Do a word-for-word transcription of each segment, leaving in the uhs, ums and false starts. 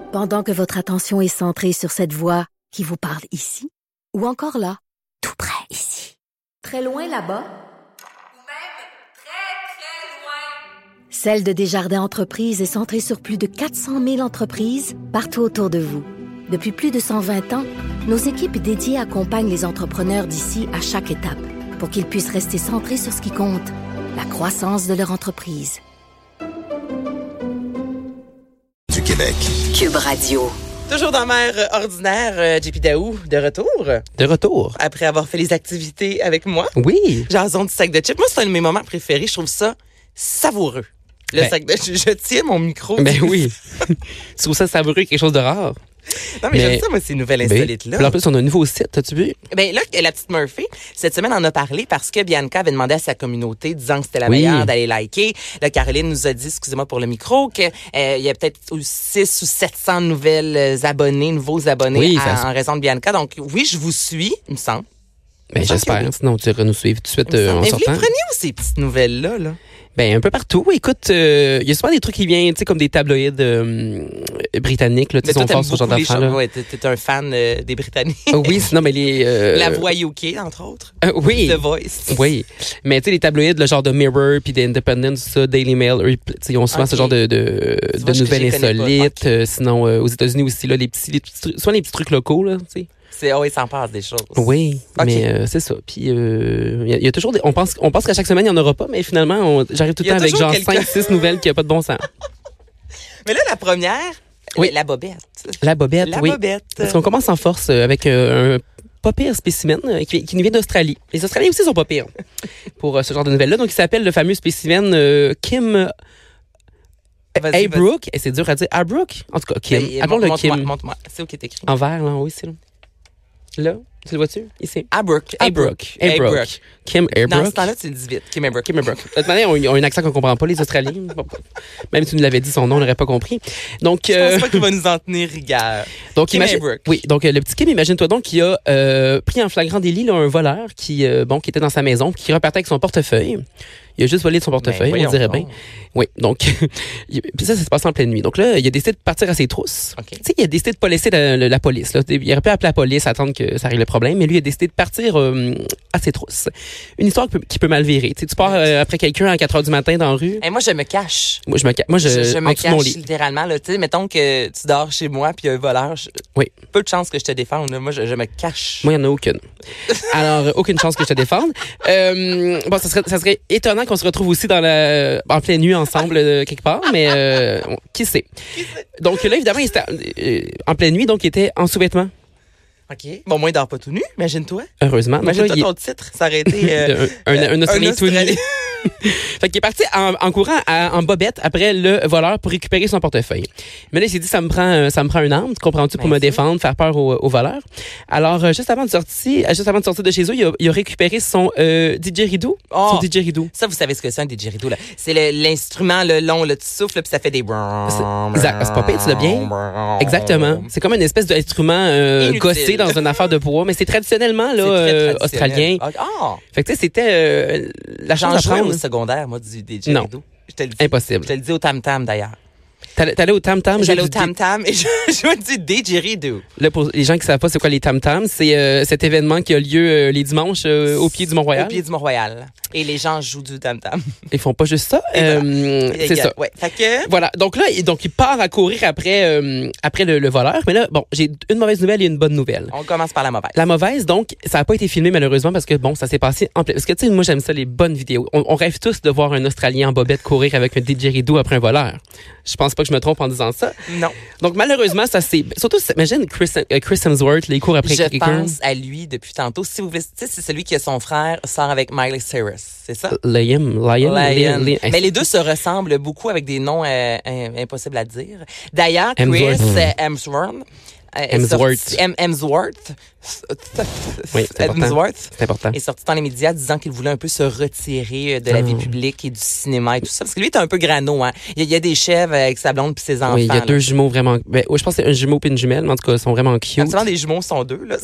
Pendant que votre attention est centrée sur cette voix qui vous parle ici, ou encore là, tout près ici, très loin là-bas, ou même très, très loin, Celle de Desjardins Entreprises est centrée sur plus de quatre cent mille entreprises partout autour de vous. Depuis plus de cent vingt ans, nos équipes dédiées accompagnent les entrepreneurs d'ici à chaque étape pour qu'ils puissent rester centrés sur ce qui compte, la croissance de leur entreprise. Du Québec. Cube Radio. Toujours dans Mère ordinaire, euh, J P Daou, de retour. De retour. Après avoir fait les activités avec moi. Oui. Jason du sac de chips. Moi, c'est un de mes moments préférés. Je trouve ça savoureux. Le ben, sac de chips. Je tiens mon micro. Ben oui. Tu trouves ça savoureux, quelque chose de rare? Non, mais, mais j'aime ça, moi, ces nouvelles insolites-là. Ben, en plus, on a un nouveau site, as-tu vu? Ben là, la petite Murphy, cette semaine, en a parlé parce que Bianca avait demandé à sa communauté, disant que c'était la oui. meilleure, d'aller liker. Là, Caroline nous a dit, excusez-moi pour le micro, qu'il euh, y a peut-être six ou sept cents nouvelles abonnés, nouveaux abonnés oui, à, ça... en raison de Bianca. Donc, oui, je vous suis, il me semble. Ben, j'espère. Oui. Sinon, tu iras nous suivre tout de suite euh, en mais sortant. Mais vous les prenez où, ces petites nouvelles-là, là? Ben, un peu partout. Écoute, il euh, y a souvent des trucs qui viennent, tu sais, comme des tabloïds euh, britanniques, là, tu sais, on pense ce genre d'affaires. Ouais, t'es, t'es un fan euh, des Britanniques. Oh, oui, sinon, mais les... Euh, La Voix U K, entre autres. Euh, oui. The Voice. Oui. Mais, tu sais, les tabloïds, le genre de Mirror, puis The Independent, ça, Daily Mail, eux, ils ont souvent okay. ce genre de, de, de nouvelles insolites. Okay. Euh, sinon, euh, aux États-Unis aussi, là, les petits, les petits, soit les petits trucs locaux, là, tu sais. C'est, oh, il s'en passe des choses. Oui, okay. mais euh, c'est ça. Puis, il euh, y, y a toujours des, on pense, on pense qu'à chaque semaine, il n'y en aura pas, mais finalement, on, j'arrive tout le temps avec genre cinq six nouvelles qui n'ont pas de bon sens. Mais là, la première, oui. la bobette. La bobette, la oui. La bobette. Parce qu'on commence en force avec euh, un pas pire spécimen euh, qui, qui nous vient d'Australie. Les Australiens aussi sont pas pires pour euh, ce genre de nouvelles-là. Donc, il s'appelle le fameux spécimen euh, Kim... Vas-y, Abrooke. Et c'est dur à dire. Abrooke? En tout cas, Kim. Ben, Appelons-le montre-moi, Kim. montre-moi. C'est où qui est écrit? En vert, là. Oui, c'est là. Là, tu le vois-tu? Ici. Abrooke. Abrooke. Abrooke. Kim Abrooke. Dans ce temps-là, tu le dis vite. Kim Abrooke. Kim Abrooke. De toute manière, ils ont un accent qu'on comprend pas, les Australiens. Même si tu nous l'avais dit, son nom, on n'aurait pas compris. Donc, je euh... pense pas qu'il va nous en tenir rigueur. Donc, Kim imagine... Abrooke. Oui. Donc, euh, le petit Kim, imagine-toi donc qu'il a euh, pris en flagrant délit là, un voleur qui, euh, bon, qui était dans sa maison, qui repartait avec son portefeuille. Il a juste volé de son portefeuille, ben, on dirait bien. Oui, donc, puis ça, ça se passe en pleine nuit. Donc là, il a décidé de partir à ses trousses. Okay. Tu sais, il a décidé de pas laisser la, la, la police. Là. Il aurait pu appeler la police, attendre que ça règle le problème, mais lui, il a décidé de partir euh, à ses trousses. Une histoire qui peut, qui peut mal virer. Tu sais, tu pars euh, après quelqu'un à quatre heures du matin dans la rue. Et moi, je me cache. Moi, je me, ca- moi, je, je, je me cache mon lit. littéralement. Là, tu sais, mettons que tu dors chez moi puis il y a un voleur. Je, oui. Peu de chances que je te défende. Là. Moi, je, je me cache. Moi, il n'y en a aucune. Alors, aucune chance que je te défende. Euh, bon, ça serait, ça serait étonnant qu'on se retrouve aussi dans la Euh, en pleine nuit ensemble euh, quelque part, mais euh, on, qui sait. Qui sait? Donc là, évidemment, il était euh, en pleine nuit, donc il était en sous-vêtements. OK. Bon, moi, il dort pas tout nu, imagine-toi. Heureusement. Imagine-toi donc, ton il... titre, ça aurait été... Euh, un, un, un, un Australien tout nu. Fait qu'il est parti en, en courant à, en bobette après le voleur pour récupérer son portefeuille. Mais là, il s'est dit, ça me prend, ça me prend une arme, tu comprends-tu, pour Merci. me défendre, faire peur au, au voleur. Alors, euh, juste avant de sortir, juste avant de sortir de chez eux, il a, il a récupéré son euh, didgeridoo. Oh, son didgeridoo. Ça, vous savez ce que c'est un didgeridoo, là. C'est le, l'instrument, le long, là, tu souffles, puis ça fait des... C'est, exact, c'est pas pire, tu l'as bien. Exactement. C'est comme une espèce d'instrument euh, gossé dans une affaire de bois, mais c'est traditionnellement, là, euh, australien. Ah! Oh. Fait que, tu sais, c'était euh, la chance d'apprendre. Au secondaire, moi, du didgeridoo. Je te le dis. Impossible. Je te le dis au tam-tam, d'ailleurs. T'allais, t'allais au tam-tam? J'allais au tam-tam et je jouais du didgeridoo. Là, pour les gens qui savent pas c'est quoi les tam-tams, c'est euh, cet événement qui a lieu euh, les dimanches euh, au pied du Mont-Royal. Au pied du Mont-Royal. Et les gens jouent du tam-tam. Ils font pas juste ça. Euh, voilà. C'est ça. Ouais. Fait que... Voilà. Donc là, donc il part à courir après euh, après le, le voleur. Mais là, bon, j'ai une mauvaise nouvelle et une bonne nouvelle. On commence par la mauvaise. La mauvaise, donc, ça a pas été filmé malheureusement parce que bon, ça s'est passé en plein. Parce que tu sais, moi j'aime ça les bonnes vidéos. On, on rêve tous de voir un Australien en bobette courir avec un didgeridoo après un voleur. Je pense pas que je me trompe en disant ça. Non. Donc, malheureusement, ça c'est... Surtout, imagine Chris, euh, Chris Hemsworth, les cours après je quelqu'un. Je pense à lui depuis tantôt. Si vous voulez, tu sais, c'est celui qui a son frère, sort avec Miley Cyrus. C'est ça? Liam. Liam. Liam. Liam. Mais les deux se ressemblent beaucoup avec des noms euh, impossibles à dire. D'ailleurs, Chris Hemsworth. Hemsworth. Euh, Hemsworth. M- Hemsworth. Oui, c'est important. Hemsworth c'est important. est sorti dans les médias disant qu'il voulait un peu se retirer de la oh. vie publique et du cinéma et tout ça. Parce que lui, il est un peu grano, hein. Il y a, il y a des chèvres avec sa blonde puis ses enfants. Oui, il y a là. deux jumeaux vraiment... Ben, ouais, je pense que c'est un jumeau puis une jumelle, mais en tout cas, ils sont vraiment cute. Actuellement, les jumeaux sont deux, là.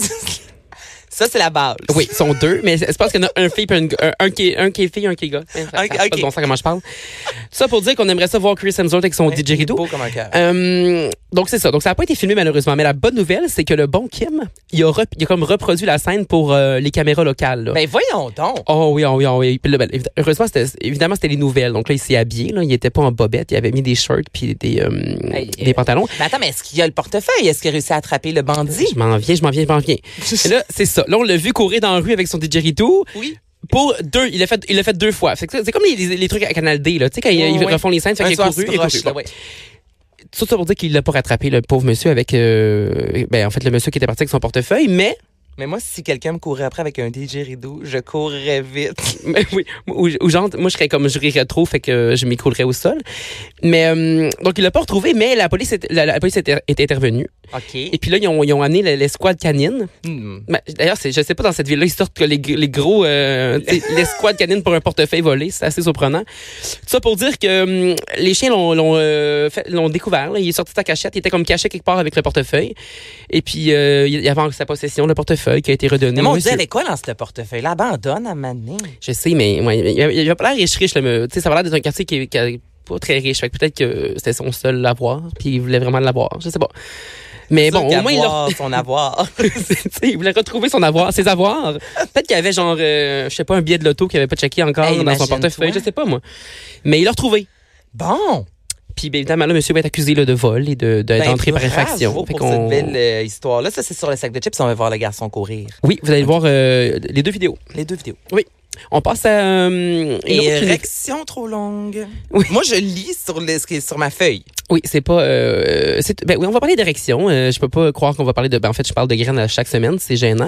Ça, c'est la base. Oui, ils sont deux, mais c'est parce qu'il y en a un fille et un, un, un, qui est, un qui est fille et un qui est gars. Ça, okay, ça, okay. pas de bon sens comment je parle. Tout ça pour dire qu'on aimerait ça voir Chris Hemsworth avec son ouais, didgeridoo. Beau comme un cœur. Euh, Donc, c'est ça. Donc, ça n'a pas été filmé, malheureusement. Mais la bonne nouvelle, c'est que le bon Kim, il a, rep- il a comme reproduit la scène pour euh, les caméras locales. Là. Ben, voyons donc. Oh oui, oh oui, oh oui. Puis là, ben, évi- heureusement, c'était, évidemment, c'était les nouvelles. Donc là, il s'est habillé. Là. Il était pas en bobette. Il avait mis des shorts puis des, euh, Hey, des euh, pantalons. Mais attends, mais est-ce qu'il y a le portefeuille? Est-ce qu'il a réussi à attraper le bandit? Je m'en viens, je m'en viens, je m'en viens. Et là, c'est ça. Là, on l'a vu courir dans la rue avec son didgeridoo. Oui. Pour deux, il l'a fait, il l'a fait deux fois. C'est, c'est comme les, les, les trucs à Canal D, là. Tu sais, quand ils, Oh, ils ouais. refont les scènes, fait Un qu'il soir a couru, sur il a broche, couru. là, Bon. ouais. Tout ça pour dire qu'il l'a pas rattrapé, le pauvre monsieur, avec, euh, ben, en fait, le monsieur qui était parti avec son portefeuille, mais, Mais moi, si quelqu'un me courait après avec un didgeridoo, je courrais vite. mais oui, ou, ou genre, moi, je serais comme, je rirais trop, fait que je m'écroulerais au sol. Mais, euh, donc, il l'a pas retrouvé, mais la police, était, la, la police était, était intervenue. OK. Et puis là, ils ont, ils ont amené l'escouade canine. Hmm. Ben, d'ailleurs, c'est, je sais pas, dans cette ville-là, ils sortent que les, les gros, euh, tu sais, l'escouade canine pour un portefeuille volé. C'est assez surprenant. Tout ça pour dire que hum, les chiens l'ont, l'ont, euh, fait- l'ont découvert. Là. Il est sorti de sa cachette. Il était comme caché quelque part avec le portefeuille. Et puis, euh, il y avait en sa possession le portefeuille qui a été redonné. Mais mon au Dieu, monsieur. avec quoi dans ce portefeuille-là? Abandonne à maner. Je sais, mais ouais, il avait- il avait pas l'air riche-riche. Là, mais, tu sais, ça avait l'air d'être un quartier qui, qui est pas très riche. Fait que peut-être que c'était son seul l'avoir. Puis il voulait vraiment l'avoir. Je sais pas. Mais bon, au moins, il l'a... son avoir. Tu sais, il voulait retrouver son avoir, ses avoirs. Peut-être qu'il y avait genre, euh, je sais pas, un billet de loto qu'il avait pas checké encore Hey, dans son imagine-toi. portefeuille, je sais pas moi. Mais il l'a retrouvé. Bon. Puis bien évidemment, là, monsieur va être accusé là, de vol et de, de- Ben, d'entrée par bravo infraction. Fait pour qu'on- cette belle euh, histoire-là. Ça, c'est sur le sac de chips. On va voir le garçon courir. Oui, vous allez voir euh, les deux vidéos. Les deux vidéos. On passe à euh, une autre clinique. Érection trop longue. Oui. Moi, je lis sur, le, ce qui est sur ma feuille. Oui, c'est pas. Euh, c'est, ben oui, on va parler d'érection. Euh, je peux pas croire qu'on va parler de. Ben, en fait, je parle de graines à chaque semaine, c'est gênant.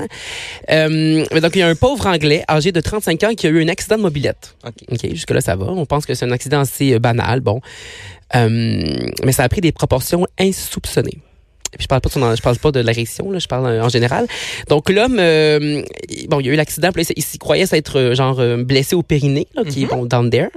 Euh, mais donc, il y a un pauvre Anglais âgé de trente-cinq ans qui a eu un accident de mobilette. OK. OK, jusque-là, ça va. On pense que c'est un accident assez euh, banal, bon. Euh, mais ça a pris des proportions insoupçonnées. Puis je parle pas de son, je parle pas de l'érection, là, je parle euh, en général. Donc l'homme, euh, il- bon, il y a eu l'accident, puis là, il s'y croyait s'être euh, genre euh, blessé au périnée, là, qui est bon down there.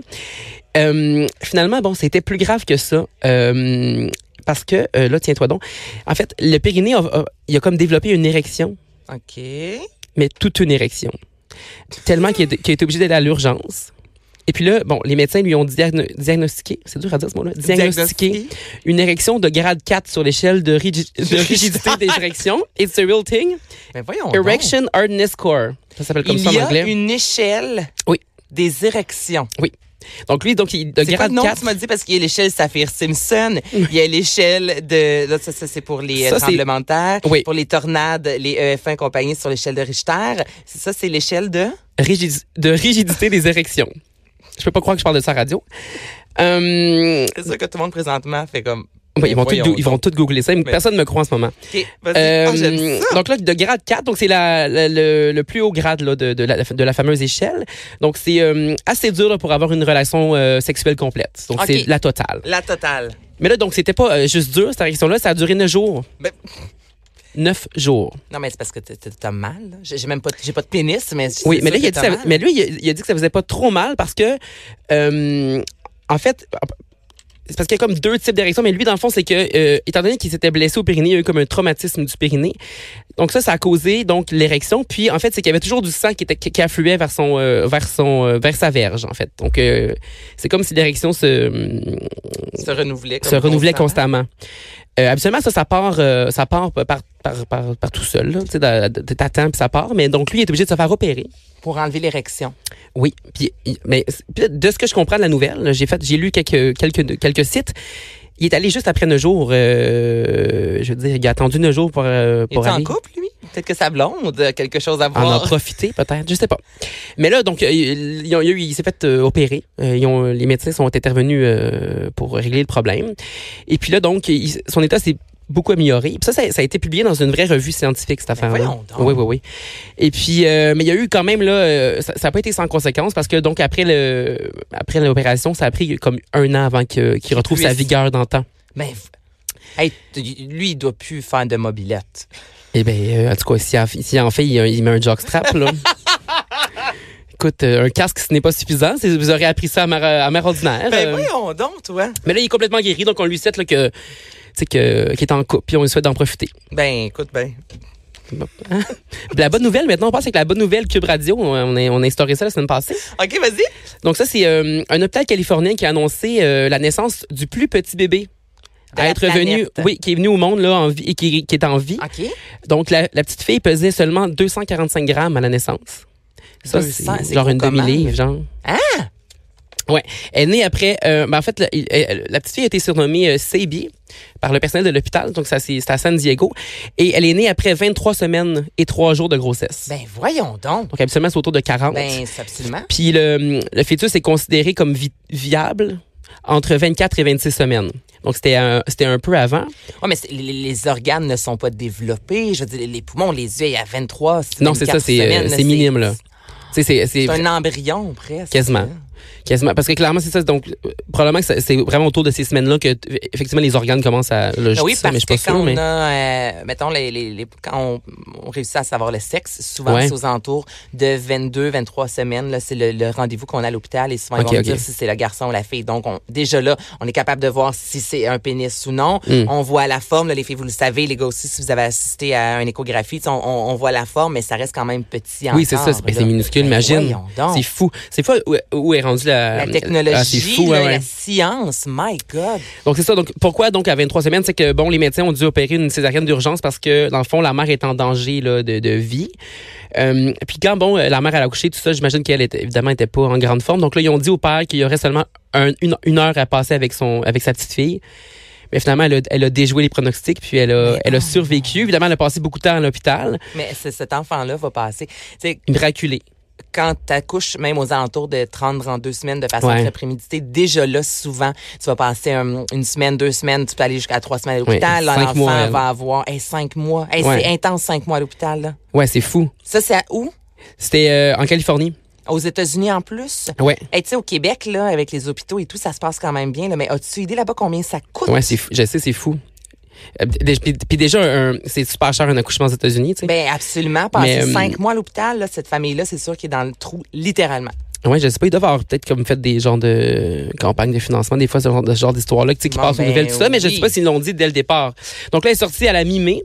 Euh, finalement, bon, c'était plus grave que ça. Euh, parce que, euh, là, tiens-toi donc. En fait, le périnée, a, a- il a comme développé une érection, OK. mais toute une érection. Tellement qu'il a, qu'il a été obligé d'aller à l'urgence. Et puis là, bon, les médecins lui ont diagno- diagnostiqué, c'est dur à dire ce mot-là, diagnostiqué Diagnostiqué. une érection de grade quatre sur l'échelle de, rigi- de rigidité d'érection. It's a real thing. Mais voyons donc. Erection Hardness Score. Ça s'appelle comme Il ça en y a anglais. une échelle Oui. des érections. Donc lui, donc, il, de C'est quoi grade le nom que quatre. tu m'as dit? Parce qu'il y a l'échelle Saphir-Simpson, il y a l'échelle de... Là, ça, ça, c'est pour les euh, Ça, c'est- tremblements de terre. Oui. Pour les tornades, les E F un compagnie sur l'échelle de Richter. C'est ça, c'est l'échelle de... Rigid- de rigidité des érections. Je peux pas croire que je parle de ça à radio. Euh, C'est ça que tout le monde présentement fait comme... oui, ils vont, tout, Voyons go- ils vont donc. tout googler ça. Mais- Personne ne me croit en ce moment. OK, vas-y. Euh, Ah, j'aime ça. donc là, de grade quatre, donc c'est la, la- le, le plus haut grade là, de, de, la, de la fameuse échelle. Donc c'est euh, assez dur là, pour avoir une relation euh, sexuelle complète. Donc Ok. c'est la totale. La totale. Mais là, donc c'était pas euh, juste dur, cette érection-là, ça a duré neuf jours. Ben- Neuf jours. Non, mais c'est parce que t'as- t'as t'as mal. là. J'ai j'ai même pas, j'ai pas de pénis, mais Oui, c'est mais là, sûr il a que dit t'as ça- mal. mais lui, il a, il a dit que ça faisait pas trop mal parce que, euh, en fait, c'est parce qu'il y a comme deux types d'érections, mais lui, dans le fond, c'est que, euh, étant donné qu'il s'était blessé au périnée, il y a eu comme un traumatisme du périnée. Donc ça, ça a causé donc l'érection. Puis en fait, c'est qu'il y avait toujours du sang qui était qui, qui affluait vers son, euh, vers son, euh, vers sa verge, en fait. Donc euh, c'est comme si l'érection se Se renouvelait. se comme renouvelait constamment. constamment. Euh, habituellement, ça, ça part, euh, ça part par, par, par, par tout seul. là. Tu sais, de- de- t'attends puis ça part. Mais donc lui, il est obligé de se faire opérer. Pour enlever l'érection. Oui, puis il- mais puis de ce que je comprends de la nouvelle, là, j'ai fait, j'ai lu quelques quelques quelques sites. Il est allé juste après neuf jours. Euh, je veux dire, il a attendu neuf jours pour euh, Il pour est en aller. couple, lui? Peut-être que sa blonde a quelque chose à En a voir. profité peut-être, je sais pas. Mais là, donc, euh, il, il, a eu- il s'est fait euh, opérer. Euh, ils ont, les médecins sont intervenus euh, pour régler le problème. Et puis là, donc, il- son état s'est beaucoup amélioré. Puis ça, ça, ça a été publié dans une vraie revue scientifique, cette affaire-là. voyons donc. Oui, oui, oui. Et puis, euh, mais il y a eu quand même, là, euh, ça n'a pas été sans conséquence parce que, donc, après le après l'opération, ça a pris comme un an avant que- qu'il retrouve sa puisse- vigueur d'antan. Mais, hey, t- lui, il doit plus faire de mobilette. Eh bien, euh, en tout cas, s'il en, s'il en fait, il, il met un jockstrap, là. Écoute, euh, un casque, ce n'est pas suffisant. C'est- Vous aurez appris ça à mère, à mère ordinaire. Ben Euh, voyons donc, toi. mais là, il est complètement guéri, donc on lui souhaite là, que, tu sais, que, qu'il est en couple, puis on lui souhaite d'en profiter. Ben, écoute, ben. Hein? La bonne nouvelle, maintenant, on passe avec la bonne nouvelle Cube Radio. On a, on a instauré ça la semaine passée. OK, vas-y. Donc ça, c'est euh, un hôpital californien qui a annoncé euh, la naissance du plus petit bébé De à la être venue, planète. oui, qui est venue au monde là en vie et qui, qui est en vie. OK. Donc la, la petite fille pesait seulement deux cent quarante-cinq grammes à la naissance. Ça, deux cents, c'est c'est genre gros une comment, demi-livre, mais- genre. Ah! Ouais. Elle est née après. Euh, ben en fait, la, elle- la petite fille a été surnommée euh, Sabi par le personnel de l'hôpital. Donc, ça, c'est c'est à San Diego. Et elle est née après vingt-trois semaines et trois jours de grossesse. Ben, voyons donc. Donc, habituellement, c'est autour de quarante. Ben, c'est absolument. Puis, le, le fœtus est considéré comme vi- viable entre vingt-quatre et vingt-six semaines. Donc, c'était un, c'était un peu avant. Ouais, mais c'est- les, les organes ne sont pas développés. Je veux dire, les poumons, les yeux, il y a vingt-trois, Non, c'est ça, vingt-quatre c'est, euh, semaines, c'est minime, là. Tu sais, c'est, c'est, C'est un embryon, presque. Quasiment. Quasiment. Parce que clairement, c'est ça. Donc, euh, probablement que ça- c'est vraiment autour de ces semaines-là que, t- effectivement, les organes commencent à. Là, je Ben oui, dis ça, parce mais je suis que pas quand sûr, on mais. a, euh, mettons, les, les, les- quand on, on réussit à savoir le sexe, souvent Ouais. c'est aux alentours de vingt-deux, vingt-trois semaines. Là, c'est le, le rendez-vous qu'on a à l'hôpital et souvent ils Ok, vont nous ok. dire si c'est le garçon ou la fille. Donc, on, déjà là, on est capable de voir si c'est un pénis ou non. Mm. On voit la forme. Là, les filles, vous le savez, les gars aussi, si vous avez assisté à une échographie, tu sais, on, on, on voit la forme, mais ça reste quand même petit encore. Oui, c'est ça. C'est, ben, là. c'est minuscule, Ben, imagine. voyons donc. C'est fou. C'est fou où, où est rendue la. La technologie, Ah, c'est fou, là, ouais, ouais. la science, my God. Donc, c'est ça. Donc, pourquoi, donc, à vingt-trois semaines, c'est que, bon, les médecins ont dû opérer une césarienne d'urgence parce que, dans le fond, la mère est en danger, là, de, de vie. Euh, puis quand, bon, la mère, elle a accouché, tout ça, j'imagine qu'elle, était, évidemment, était pas en grande forme. Donc, là, ils ont dit au père qu'il y aurait seulement un- une, une heure à passer avec son, avec sa petite fille. Mais finalement, elle a, elle a déjoué les pronostics, puis elle a, Mais elle a oh. survécu. Évidemment, elle a passé beaucoup de temps à l'hôpital. Mais c'est- cet enfant-là va passer. Tu sais, Miraculé. quand tu accouches, même aux alentours de trente, trente-deux semaines de façon Ouais. très préméditée, déjà là, souvent, tu vas passer um, une semaine, deux semaines, tu peux aller jusqu'à trois semaines à l'hôpital. Ouais, Là, cinq l'enfant mois, elle. va avoir hey, cinq mois. Hey, Ouais. C'est intense, cinq mois à l'hôpital. Là. Ouais, c'est fou. Ça, c'est à où? C'était euh, en Californie. Aux États-Unis en plus? Ouais. Hey, tu sais, au Québec, là, avec les hôpitaux et tout, ça se passe quand même bien. Là, mais as-tu idée là-bas combien ça coûte? Ouais, c'est fou. Je sais, c'est fou. Euh, dé- Puis puis déjà, un- c'est super cher un accouchement aux États-Unis, tu sais. Ben absolument. Passer Mais, euh, cinq mois à l'hôpital, là, cette famille-là, c'est sûr qu'il est dans le trou, littéralement. Ouais, je sais pas, ils doivent avoir peut-être comme fait des genres de campagnes de financement, des fois, ce genre de, ce genre d'histoire-là, tu sais, qui Bon, passent aux ben, nouvelles, tout ça, mais je oui. sais pas s'ils l'ont dit dès le départ. Donc là, elle est sortie à la mi-mai.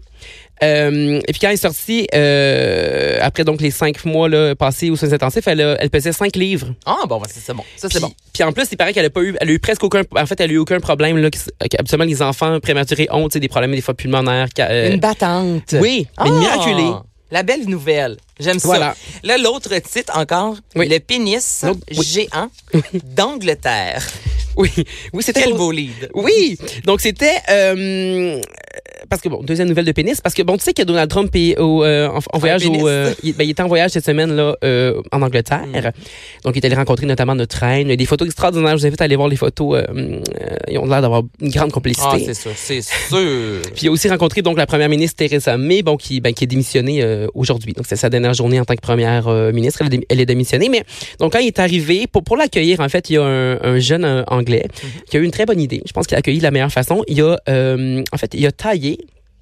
Euh, et puis quand elle est sortie, euh, après donc les cinq mois là, passés aux soins intensifs, elle, a- elle pesait cinq livres. Ah, bon, ben, c'est c'est bon. Ça, c'est Puis, bon. puis en plus, il paraît qu'elle a pas eu, elle a eu presque aucun, en fait, elle a eu aucun problème là. que- Absolument, les enfants prématurés ont, tu sais, des problèmes des fois pulmonaires. ca- euh, Une battante. oui, mais une Ah! miraculée. La belle nouvelle. J'aime ça. Voilà. Là, l'autre titre encore, Oui. le pénis L'autre- oui. géant d'Angleterre. Oui, oui, c'était Quel pour- beau lead. Oui, donc c'était euh, parce que bon, deuxième nouvelle de pénis, parce que bon, tu sais que Donald Trump est au, euh, en, en voyage pénis. au, euh, il, ben, il était en voyage cette semaine là euh, en Angleterre, Mm. donc il est allé rencontrer notamment notre reine, des photos extraordinaires. Je vous invite à aller voir les photos. Euh, euh, ils ont l'air d'avoir une grande complicité. Ah, c'est sûr, c'est sûr. Puis il a aussi rencontré donc la première ministre Theresa May, bon qui ben, qui est démissionnée euh, aujourd'hui. Donc c'est sa dernière journée en tant que première euh, ministre. Elle, est dé- elle est démissionnée, mais donc quand il est arrivé pour pour l'accueillir, en fait, il y a un, un jeune euh, anglais Mm-hmm. qui a eu une très bonne idée. Je pense qu'il a accueilli de la meilleure façon. Il a euh, en fait il a taillé,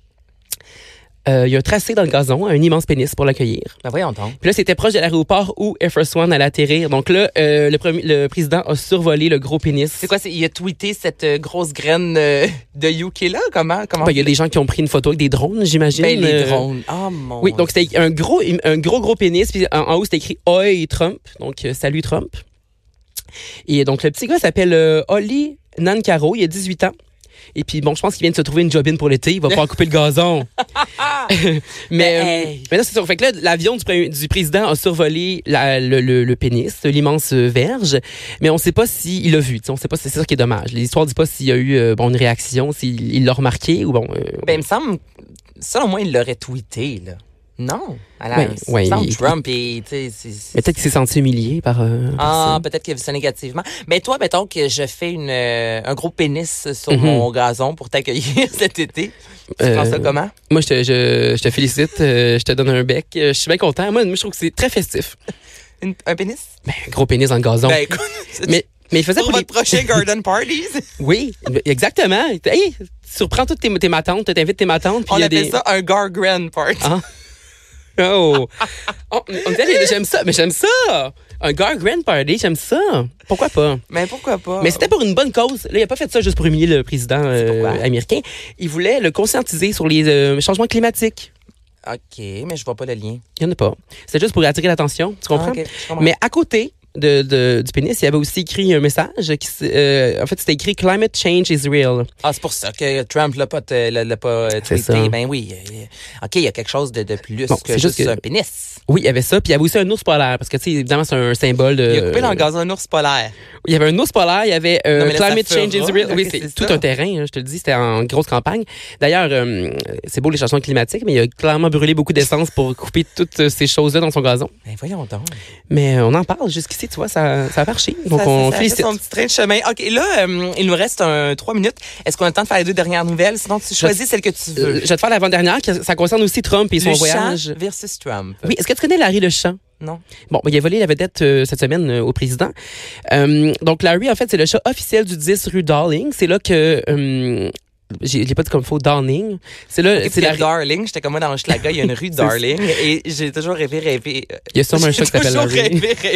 euh, il a tracé dans le gazon un immense pénis pour l'accueillir. Ben voyons donc. Puis là, c'était proche de l'aéroport où Air Force One allait atterrir. Donc là, euh, le, premier, le président a survolé le gros pénis. C'est quoi, c'est, il a tweeté cette euh, grosse graine euh, de U K là? Comment? comment Ben, il y a des gens qui ont pris une photo avec des drones, j'imagine. Ben, les Euh, drones. Ah, mon Oui, donc c'était un gros, un gros, gros pénis. Puis en, en haut, c'était écrit Oi Trump. Donc, euh, salut Trump. Et donc, le petit gars s'appelle euh, Oli Nancaro. Il a dix-huit ans. Et puis, bon, je pense qu'il vient de se trouver une job-in pour l'été. Il va pouvoir couper le gazon. mais, Ben, euh, hey. mais là, c'est ça. Fait que là, l'avion du, pré- du président a survolé la- le, le, le pénis, l'immense euh, verge. Mais on ne sait pas s'il l'a vu. Tu sais, on sait pas, c'est ça qui est dommage. L'histoire ne dit pas s'il y a eu euh, bon, une réaction, s'il il l'a remarqué ou bon. euh, Ben, il me semble, selon moi, il l'aurait tweeté, là. Non. Alors, Ben, il me ouais, semble il- Trump, et, tu sais, c'est- c'est- mais peut-être qu'il s'est senti humilié par. euh, par Ah, ça. peut-être qu'il a vu ça négativement. Mais toi, mettons que je fais une, euh, un gros pénis sur Mhm. mon gazon pour t'accueillir cet été. Tu Euh, prends ça comment? Moi, je te, je, je te félicite. euh, je te donne un bec. euh, Je suis bien content. Moi, moi, je trouve que c'est très festif. Une- un pénis? Ben, gros pénis dans le gazon. Ben, écoute, c'est mais, mais il faisait pour pour votre les... prochain garden parties. Oui, exactement. Hey, tu surprends toutes tes, tes matantes, tu t'invites tes matantes. puis On il y a appelle des... ça un gargran party. Ah. Oh. Oh, on dirait, j'aime ça. Mais j'aime ça. Un Gar Grand Party, j'aime ça. Pourquoi pas? Mais pourquoi pas? Mais c'était pour une bonne cause. Là, il a pas fait ça juste pour humilier le président euh, pourquoi? américain. Il voulait le conscientiser sur les euh, changements climatiques. OK, mais je vois pas le lien. Il y en a pas. C'était juste pour attirer l'attention, tu comprends? Ah, ok, je comprends. Mais à côté, de, de, du pénis, il avait aussi écrit un message qui, euh, en fait, c'était écrit Climate change is real. Ah, c'est pour ça que Trump l'a pas, t- l'a, l'a pas C'est tweeté. ça. Ben oui. euh, OK, il y a quelque chose de, de plus Bon, que c'est juste juste que- un pénis. Oui, il y avait ça, puis il y avait aussi un ours polaire, parce que, tu sais, évidemment, c'est un symbole de... Il a coupé dans le gazon un ours polaire. Il y avait un ours polaire, il y avait euh, Non, mais là, Climate ça change is fera, real. là, Oui, que c'est c'est tout ça. un terrain, hein, je te le dis, c'était en grosse campagne. D'ailleurs, euh, c'est beau les changements climatiques, mais il a clairement brûlé beaucoup d'essence pour couper toutes ces choses-là dans son gazon. Ben voyons donc. Mais euh, on en parle jusqu'ici, tu vois, ça, ça a marché. Donc, ça, on ça, ça félicite. fait son petit train de chemin. OK, là, euh, il nous reste un, trois minutes. Est-ce qu'on a le temps de faire les deux dernières nouvelles? Sinon, tu choisis celle que tu Euh, veux. je vais te faire l'avant-dernière, qui- ça concerne aussi Trump et son Le voyage. chat versus Trump. Oui, est-ce que tu connais Larry le chat? Non. Bon, il a volé la vedette euh, cette semaine euh, au président. Euh, donc, Larry, en fait, c'est le chat officiel du dix rue Darling. C'est là que... Euh, j'ai, je l'ai pas dit comme faux, Darling. C'est là, Okay, c'est la... Darling, j'étais comme moi dans Hochelaga, il y a une rue Darling et j'ai toujours rêvé, rêvé. euh, Il y a sûrement un chat qui s'appelle J'ai toujours Larry. rêvé, rêvé.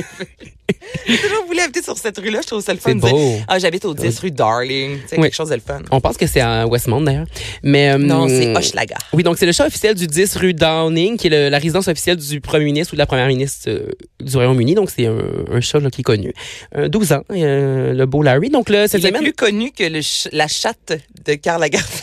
J'ai toujours voulu habiter sur cette rue-là, je trouve ça le fun. C'est de dire, beau. Ah, j'habite au dix rue Darling. C'est Oui. quelque chose de le fun. On pense que c'est à Westmount, d'ailleurs. Mais, euh, Non, c'est Hochelaga. Oui, donc c'est le chat officiel du dix rue Downing, qui est le- la résidence officielle du premier ministre ou de la première ministre euh, du Royaume-Uni. Donc, c'est un, un chat là, qui est connu. Euh, douze ans, euh, le beau Larry. Donc, là, cette Il est semaine... plus connu que le ch- la chatte de Karl Lagerfeld.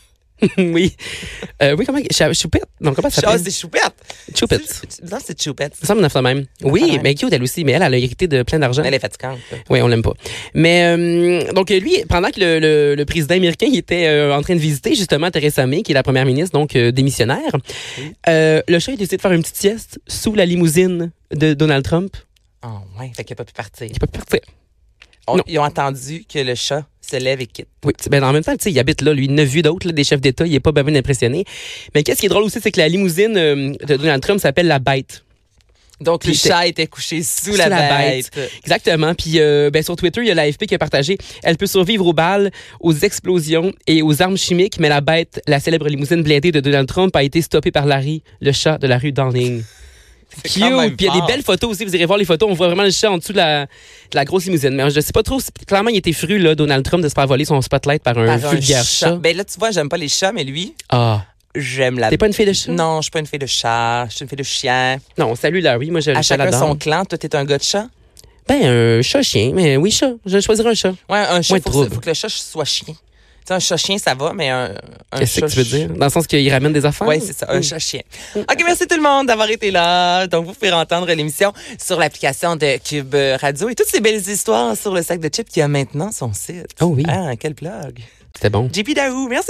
oui. Euh, oui, comment... Ch- Choupette? Non, comment ça Ah, s'appelle? c'est Choupette. Choupette. C'est- Non, c'est Choupette. Ça me semble ça même. Oui, Ah, ouais. mais cute, elle aussi. Mais elle, elle a hérité de plein d'argent. Elle est fatigante. Oui, on l'aime pas. Mais euh, donc lui, pendant que le, le, le président américain il était euh, en train de visiter justement Theresa May, qui est la première ministre, donc euh, démissionnaire, euh, le chat a décidé de faire une petite sieste sous la limousine de Donald Trump. Oh, ouais, fait qu'il n'a pas pu partir. Il peut pas partir. On- Non. ils ont attendu que le chat se lève et quitte. Oui, ben en même temps, tu sais, il habite là, lui, il n'a vu d'autres, là, des chefs d'État, il est pas bien impressionné. Mais qu'est-ce qui est drôle aussi, c'est que la limousine euh, de Donald Trump s'appelle la Bête. Donc, Puis le c'est- chat était couché sous, Sous la, la bête. Exactement. Puis euh, ben, sur Twitter, il y a l'A F P qui a partagé. Elle peut survivre aux balles, aux explosions et aux armes chimiques, mais la bête, la célèbre limousine blindée de Donald Trump, a été stoppée par Larry, le chat de la rue Downing. C'est Cute. quand même Puis il y a des fort. belles photos aussi. Vous irez voir les photos. On voit vraiment le chat en dessous de la, de la grosse limousine. Mais je sais pas trop. si- Clairement, il était fru, là, Donald Trump, de se faire voler son spotlight par un Par un vulgaire chat. chat. Ben là, tu vois, j'aime pas les chats, mais lui, Ah. j'aime la... T'es pas une fille de chat? Non, je suis pas une fille de chat. Je suis une fille de chien. Non, salut Larry. Moi, je le À chat chacun l'adore. son clan. Toi, t'es un gars de chat? Ben, un chat-chien. Mais oui, chat. Je choisirais un chat. Ouais, un chat, Moins de faut, trouble. faut que le chat soit chien. Tu sais, un chat-chien, ça va, mais un, un Qu'est-ce chat... que tu veux dire? Dans le sens qu'il ramène des affaires? Oui, c'est ça, un chat-chien. OK, merci tout le monde d'avoir été là. Donc, vous pouvez entendre l'émission sur l'application de Cube Radio et toutes ces belles histoires sur le sac de chips qui a maintenant son site. Oh oui. Ah, quel plug. C'était bon. J P Daou, merci.